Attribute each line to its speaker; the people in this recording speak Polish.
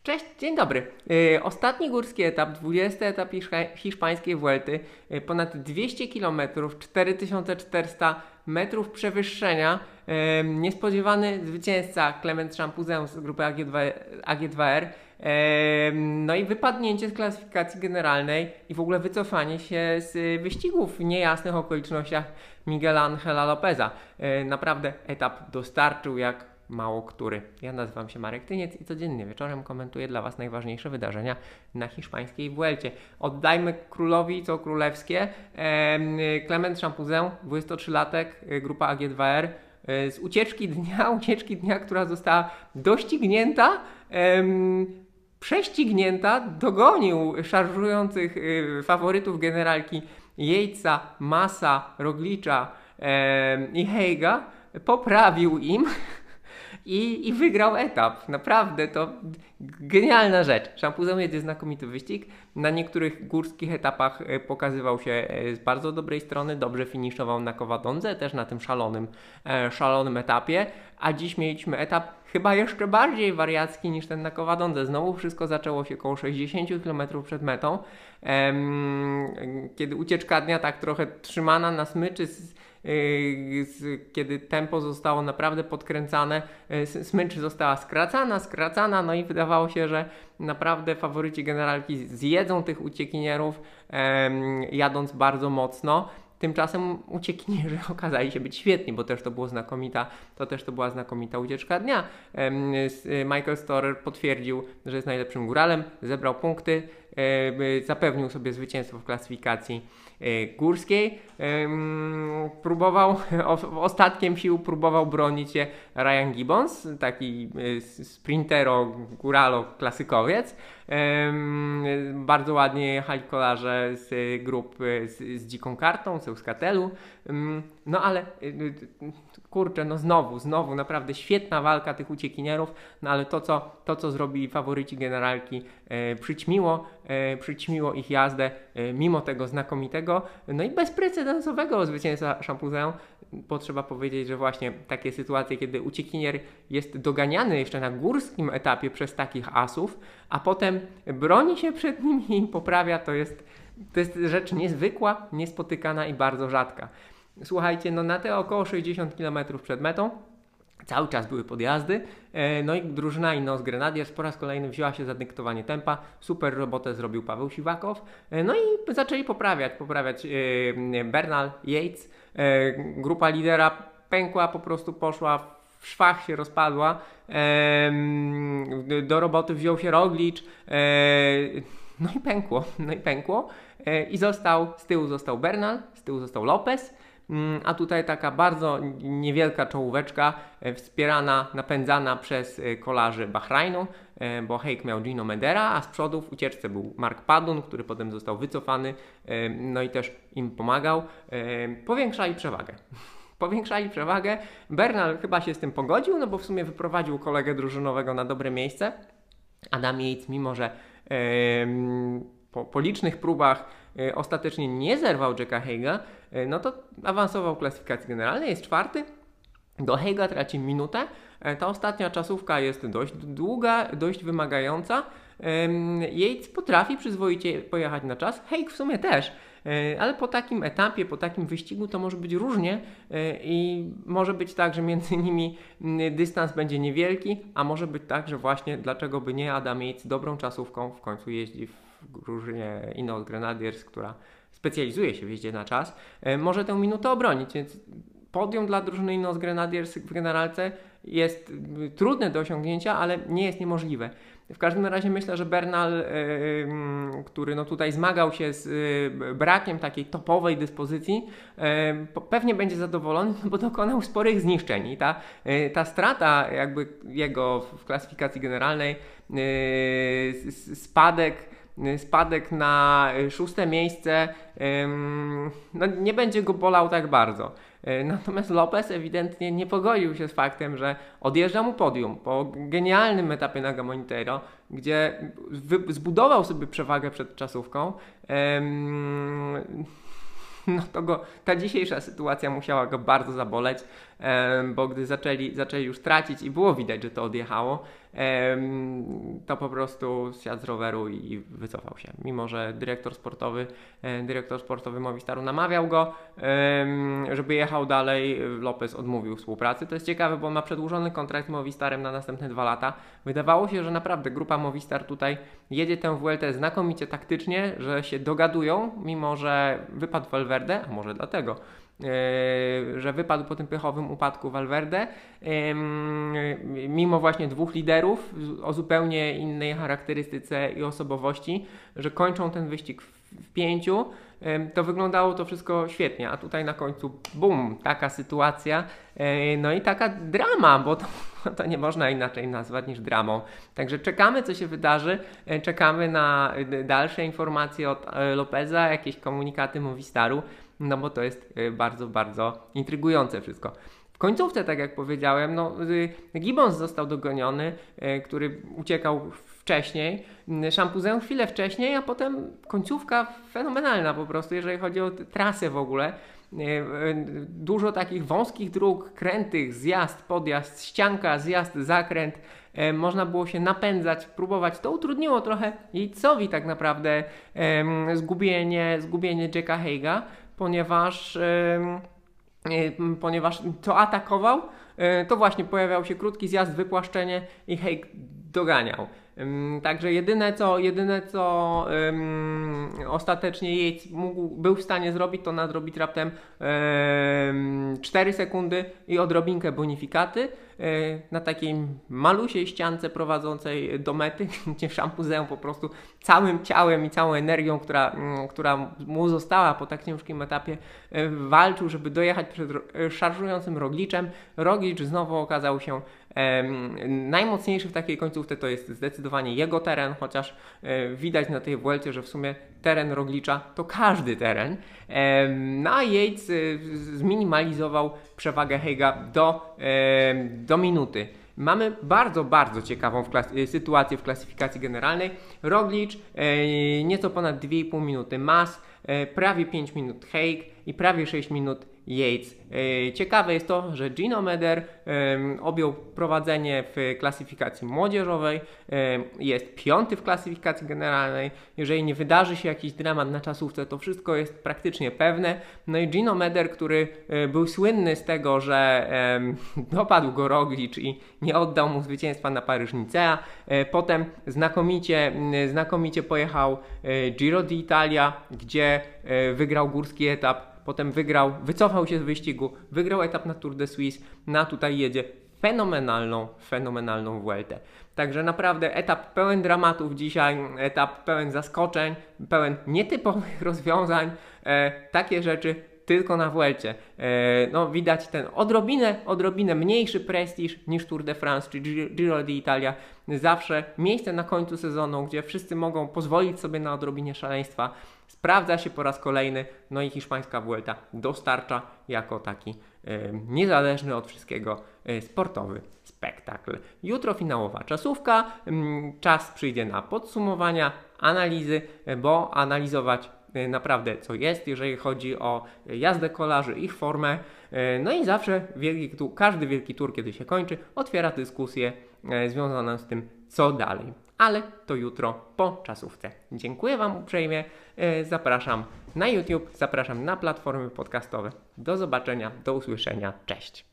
Speaker 1: Cześć, dzień dobry. Ostatni górski etap, 20 etap hiszpańskiej Vuelty, ponad 200 km, 4400 metrów przewyższenia. Niespodziewany zwycięzca Clement Champouzin z grupy AG2R. No i wypadnięcie z klasyfikacji generalnej i w ogóle wycofanie się z wyścigów w niejasnych okolicznościach Miguela Angela Lopeza. Naprawdę etap dostarczył jak mało który. Ja nazywam się Marek Tyniec i codziennie wieczorem komentuję dla Was najważniejsze wydarzenia na hiszpańskiej Vuelcie. Oddajmy królowi co królewskie. Clement Champouzin, 23-latek, grupa AG2R, z ucieczki dnia, która została doścignięta, prześcignięta, dogonił szarżujących faworytów generalki Yatesa, Massa, Roglicza i Haiga, poprawił im i wygrał etap. Naprawdę to genialna rzecz. Champouzin jedzie znakomity wyścig. Na niektórych górskich etapach pokazywał się z bardzo dobrej strony. Dobrze finiszował na Covadonga, też na tym szalonym etapie. A dziś mieliśmy etap chyba jeszcze bardziej wariacki niż ten na Covadonga. Znowu wszystko zaczęło się około 60 km przed metą. Kiedy ucieczka dnia tak trochę trzymana na smyczy, kiedy tempo zostało naprawdę podkręcane, smycz została skracana, no i wydawało się, że naprawdę faworyci generalki zjedzą tych uciekinierów, jadąc bardzo mocno. Tymczasem uciekinierzy okazali się być świetni, bo też to była znakomita ucieczka dnia. Michael Storer potwierdził, że jest najlepszym góralem, zebrał punkty, zapewnił sobie zwycięstwo w klasyfikacji górskiej. Ostatkiem sił próbował bronić się Ryan Gibbons, taki sprintero, góralo, klasykowiec. Bardzo ładnie jechali kolarze z grup z dziką kartą, z Euskatelu. No ale kurczę, no znowu naprawdę świetna walka tych uciekinierów, no ale to co zrobili faworyci generalki, przyćmiło ich jazdę mimo tego znakomitego, no i bezprecedensowego zwycięstwa Champouzin, bo trzeba powiedzieć, że właśnie takie sytuacje, kiedy uciekinier jest doganiany jeszcze na górskim etapie przez takich asów, a potem broni się przed nimi i poprawia, to jest rzecz niezwykła, niespotykana i bardzo rzadka. Słuchajcie, no na te około 60 km przed metą cały czas były podjazdy, no i drużyna Ineos Grenadiers po raz kolejny wzięła się za dyktowanie tempa. Super robotę zrobił Paweł Siwakow, no i zaczęli poprawiać Bernal, Yates, grupa lidera pękła, po prostu poszła w szwach, się rozpadła, do roboty wziął się Roglic, no i pękło i z tyłu został Bernal, z tyłu został Lopez. A tutaj taka bardzo niewielka czołóweczka wspierana, napędzana przez kolarzy Bahrajnu, bo Haig miał Gino Medera, a z przodu w ucieczce był Mark Padun, który potem został wycofany, no i też im pomagał. Powiększali przewagę. Bernal chyba się z tym pogodził, no bo w sumie wyprowadził kolegę drużynowego na dobre miejsce. Adam Yates, mimo że po licznych próbach ostatecznie nie zerwał Jacka Haiga, no to awansował w klasyfikacji generalnej, jest czwarty. Do Haiga traci minutę. Ta ostatnia czasówka jest dość długa, dość wymagająca. Yates potrafi przyzwoicie pojechać na czas, Haig w sumie też. Ale po takim etapie, po takim wyścigu to może być różnie i może być tak, że między nimi dystans będzie niewielki, a może być tak, że właśnie dlaczego by nie, Adam Yates dobrą czasówką w końcu jeździ w drużynie Ineos Grenadiers, która specjalizuje się w jeździe na czas, może tę minutę obronić, więc podium dla drużyny Ineos Grenadiers w generalce jest trudne do osiągnięcia, ale nie jest niemożliwe. W każdym razie myślę, że Bernal, który no tutaj zmagał się z brakiem takiej topowej dyspozycji, pewnie będzie zadowolony, bo dokonał sporych zniszczeń i ta strata jakby jego w klasyfikacji generalnej, spadek na 6. miejsce, no nie będzie go bolał tak bardzo. Natomiast Lopez ewidentnie nie pogodził się z faktem, że odjeżdża mu podium po genialnym etapie na Gamoniteiro, gdzie zbudował sobie przewagę przed czasówką. No to ta dzisiejsza sytuacja musiała go bardzo zaboleć, bo gdy zaczęli już tracić i było widać, że to odjechało, to po prostu zsiadł z roweru i wycofał się. Mimo że dyrektor sportowy Movistaru namawiał go, żeby jechał dalej, Lopez odmówił współpracy. To jest ciekawe, bo on ma przedłużony kontrakt z Movistarem na następne 2 lata. Wydawało się, że naprawdę grupa Movistar tutaj jedzie tę Vueltę znakomicie taktycznie, że się dogadują, mimo że wypadł Valverde, a może dlatego, że wypadł po tym pychowym upadku Valverde, mimo właśnie 2 liderów o zupełnie innej charakterystyce i osobowości, że kończą ten wyścig w 5, to wyglądało to wszystko świetnie, a tutaj na końcu bum, taka sytuacja, no i taka drama, bo to nie można inaczej nazwać niż dramą. Także czekamy, co się wydarzy, czekamy na dalsze informacje od Lopeza, jakieś komunikaty Movistaru, no bo to jest bardzo, bardzo intrygujące wszystko. W końcówce, tak jak powiedziałem, Gibbons został dogoniony, który uciekał wcześniej, Champouzin chwilę wcześniej, a potem końcówka fenomenalna po prostu, jeżeli chodzi o trasę w ogóle. Dużo takich wąskich dróg, krętych, zjazd, podjazd, ścianka, zjazd, zakręt. Można było się napędzać, próbować. To utrudniło trochę Yatesowi tak naprawdę zgubienie Jacka Haiga, ponieważ to atakował, to właśnie pojawiał się krótki zjazd, wypłaszczenie i Haig doganiał. Także jedyne co ostatecznie Yates był w stanie zrobić, to nadrobić raptem 4 sekundy i odrobinkę bonifikaty na takiej malusiej ściance prowadzącej do mety, gdzie Champouzin po prostu całym ciałem i całą energią, która mu została po tak ciężkim etapie, walczył, żeby dojechać przed szarżującym Rogliczem. Roglicz znowu okazał się najmocniejszy w takiej końcówce, to jest zdecydowanie jego teren, chociaż widać na tej Vuelcie, że w sumie teren Roglicza to każdy teren. A Yates zminimalizował przewagę Haiga do minuty. Mamy bardzo, bardzo ciekawą sytuację w klasyfikacji generalnej. Roglic nieco ponad 2,5 minuty, Mas prawie 5 minut Haig i prawie 6 minut Yates. Ciekawe jest to, że Gino Meder objął prowadzenie w klasyfikacji młodzieżowej, jest 5. w klasyfikacji generalnej. Jeżeli nie wydarzy się jakiś dramat na czasówce, to wszystko jest praktycznie pewne. No i Gino Meder, który był słynny z tego, że dopadł go Roglic i nie oddał mu zwycięstwa na Paryż-Nicea. Potem znakomicie pojechał Giro d'Italia, gdzie wygrał górski etap. Potem wycofał się z wyścigu, wygrał etap na Tour de Suisse, tutaj jedzie fenomenalną Vueltę. Także naprawdę etap pełen dramatów dzisiaj, etap pełen zaskoczeń, pełen nietypowych rozwiązań, takie rzeczy tylko na Vuelcie. Widać ten odrobinę mniejszy prestiż niż Tour de France czy Giro d'Italia. Zawsze miejsce na końcu sezonu, gdzie wszyscy mogą pozwolić sobie na odrobinie szaleństwa. Sprawdza się po raz kolejny, no i hiszpańska Vuelta dostarcza jako taki niezależny od wszystkiego sportowy spektakl. Jutro finałowa czasówka, czas przyjdzie na podsumowania, analizy, bo analizować naprawdę co jest, jeżeli chodzi o jazdę kolarzy, ich formę. No i zawsze każdy wielki tour, kiedy się kończy, otwiera dyskusję związaną z tym, co dalej. Ale to jutro po czasówce. Dziękuję Wam uprzejmie, zapraszam na YouTube, zapraszam na platformy podcastowe. Do zobaczenia, do usłyszenia, cześć!